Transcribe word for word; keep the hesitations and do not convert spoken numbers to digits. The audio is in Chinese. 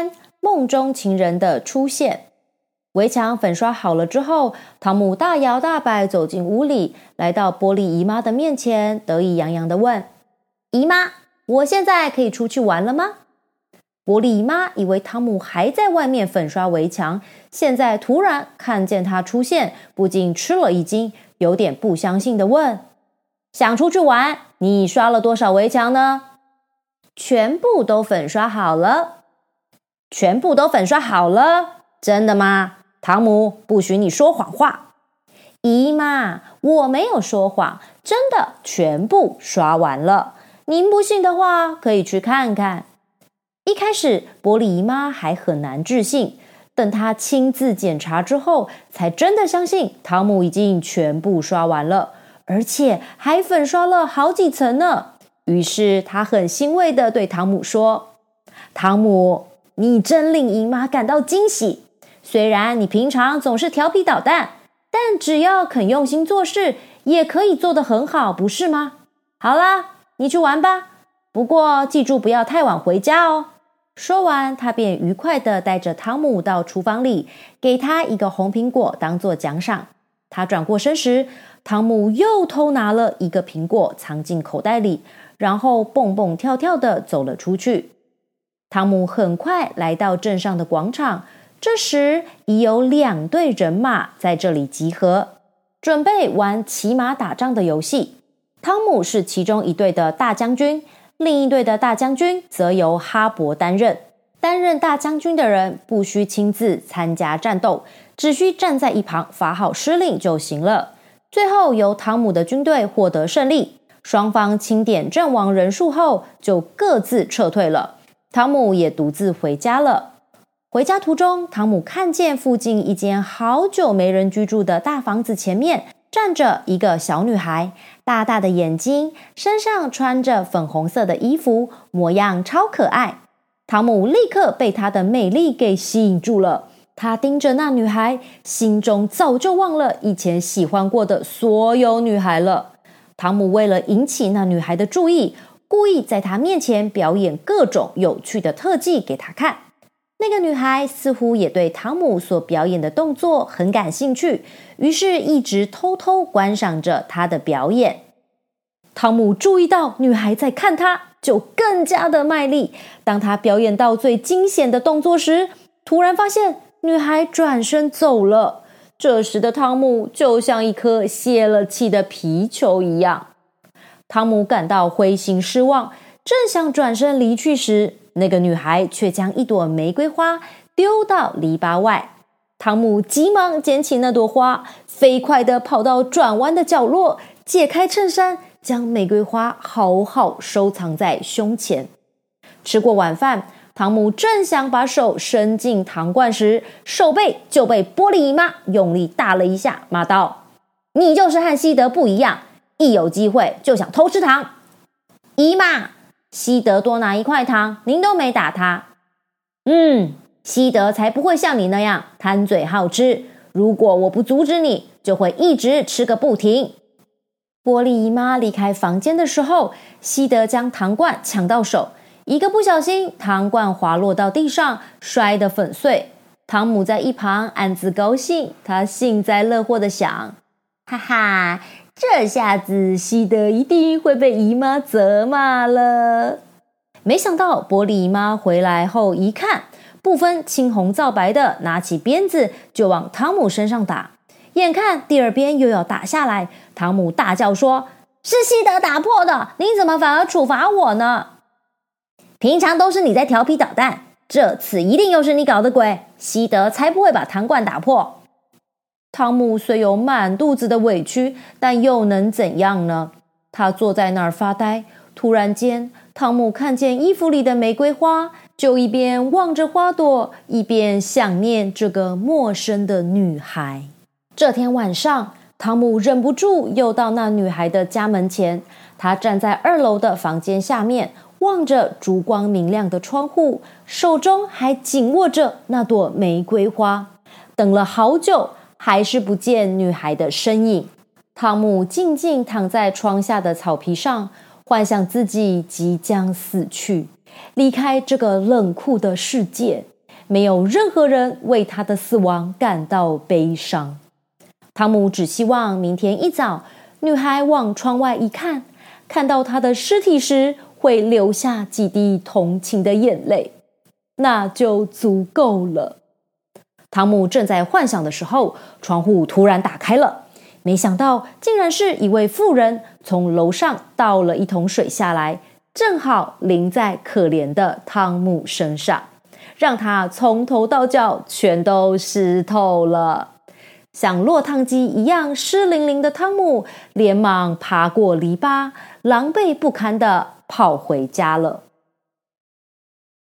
三，梦中情人的出现。围墙粉刷好了之后，汤姆大摇大摆走进屋里，来到波莉姨妈的面前，得意洋洋地问：姨妈，我现在可以出去玩了吗？波莉姨妈以为汤姆还在外面粉刷围墙，现在突然看见他出现，不禁吃了一惊，有点不相信地问：想出去玩，你刷了多少围墙呢？全部都粉刷好了。全部都粉刷好了？真的吗？汤姆，不许你说谎话。姨妈，我没有说谎，真的全部刷完了。您不信的话，可以去看看。一开始，波莉姨妈还很难置信，等她亲自检查之后，才真的相信汤姆已经全部刷完了，而且还粉刷了好几层呢。于是她很欣慰地对汤姆说：汤姆，你真令姨妈感到惊喜。虽然你平常总是调皮捣蛋，但只要肯用心做事，也可以做得很好，不是吗？好啦，你去玩吧，不过记住不要太晚回家哦。说完，他便愉快地带着汤姆到厨房里，给他一个红苹果当作奖赏。他转过身时，汤姆又偷拿了一个苹果藏进口袋里，然后蹦蹦跳跳地走了出去。汤姆很快来到镇上的广场，这时已有两队人马在这里集合，准备玩骑马打仗的游戏。汤姆是其中一队的大将军，另一队的大将军则由哈勃担任。担任大将军的人不需亲自参加战斗，只需站在一旁发号施令就行了。最后由汤姆的军队获得胜利，双方清点阵亡人数后就各自撤退了。汤姆也独自回家了。回家途中，汤姆看见附近一间好久没人居住的大房子前面站着一个小女孩，大大的眼睛，身上穿着粉红色的衣服，模样超可爱。汤姆立刻被她的美丽给吸引住了，他盯着那女孩，心中早就忘了以前喜欢过的所有女孩了。汤姆为了引起那女孩的注意，故意在她面前表演各种有趣的特技给她看。那个女孩似乎也对汤姆所表演的动作很感兴趣，于是一直偷偷观赏着她的表演。汤姆注意到女孩在看他，就更加的卖力。当他表演到最惊险的动作时，突然发现女孩转身走了。这时的汤姆就像一颗泄了气的皮球一样。汤姆感到灰心失望，正想转身离去时，那个女孩却将一朵玫瑰花丢到篱笆外。汤姆急忙捡起那朵花，飞快地跑到转弯的角落，解开衬衫，将玫瑰花好好收藏在胸前。吃过晚饭，汤姆正想把手伸进糖罐时，手背就被波莉姨妈用力打了一下，骂道：你就是和西德不一样，一有机会就想偷吃糖。姨妈，西德多拿一块糖，您都没打他。嗯，西德才不会像你那样贪嘴好吃，如果我不阻止你，就会一直吃个不停。波莉姨妈离开房间的时候，西德将糖罐抢到手，一个不小心，糖罐滑落到地上，摔得粉碎。汤姆在一旁暗自高兴，他幸灾乐祸地想：哈哈，这下子西德一定会被姨妈责骂了。没想到波莉姨妈回来后一看，不分青红皂白的拿起鞭子就往汤姆身上打。眼看第二鞭又要打下来，汤姆大叫说：是西德打破的，你怎么反而处罚我呢？平常都是你在调皮捣蛋，这次一定又是你搞的鬼，西德才不会把糖罐打破。汤姆虽有满肚子的委屈，但又能怎样呢？他坐在那儿发呆，突然间，汤姆看见衣服里的玫瑰花，就一边望着花朵，一边想念这个陌生的女孩。这天晚上，汤姆忍不住又到那女孩的家门前，他站在二楼的房间下面，望着烛光明亮的窗户，手中还紧握着那朵玫瑰花。等了好久，还是不见女孩的身影。汤姆静静躺在窗下的草皮上，幻想自己即将死去，离开这个冷酷的世界。 没有任何人为他的死亡感到悲伤。汤姆只希望明天一早，女孩往窗外一看，看到他的尸体时会流下几滴同情的眼泪，那就足够了。汤姆正在幻想的时候，窗户突然打开了，没想到竟然是一位妇人从楼上倒了一桶水下来，正好淋在可怜的汤姆身上，让他从头到脚全都湿透了。像落汤鸡一样湿淋淋的汤姆连忙爬过篱笆，狼狈不堪地跑回家了。